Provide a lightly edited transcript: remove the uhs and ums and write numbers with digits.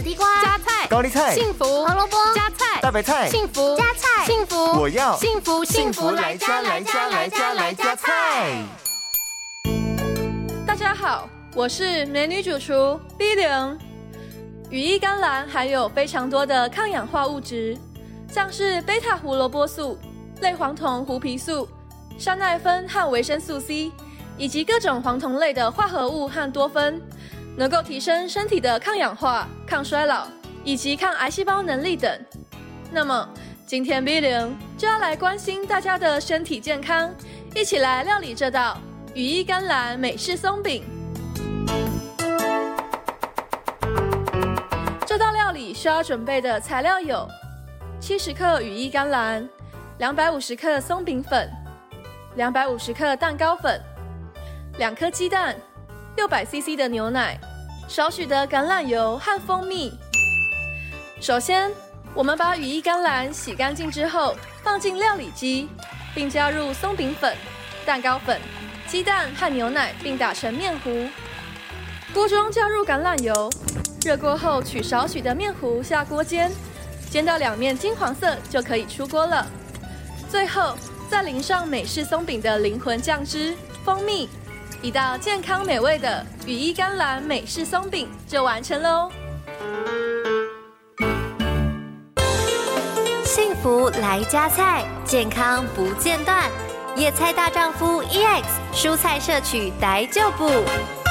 地瓜、 加菜、 高丽菜、 幸福、 胡萝卜、 加菜、 大白菜、 幸福、 加菜、 幸福， 我要幸福幸福来加来加来加来加菜。 大家好，我是美女主厨 B0。羽衣甘蓝含有非常多的抗氧化物质，像是贝塔胡萝卜素、类黄酮胡皮素、山奈酚和维生素 C， 以及各种黄酮类的化合物和多酚，能够提升身体的抗氧化、抗衰老以及抗癌细胞能力等。那么今天 B0 就要来关心大家的身体健康，一起来料理这道羽衣甘蓝美式松饼。这道料理需要准备的材料有70克羽衣甘蓝、250克松饼粉、250克蛋糕粉、2颗鸡蛋、600cc 的牛奶、少许的橄榄油和蜂蜜。首先，我们把羽衣甘蓝洗干净之后放进料理机，并加入松饼粉、蛋糕粉、鸡蛋和牛奶，并打成面糊。锅中加入橄榄油，热锅后取少许的面糊下锅煎，煎到两面金黄色就可以出锅了。最后再淋上美式松饼的灵魂酱汁蜂蜜，一道健康美味的羽衣甘蓝美式松饼就完成喽。 幸福来加菜，健康不间断。野菜大丈夫 EX 蔬菜摄取逮就补。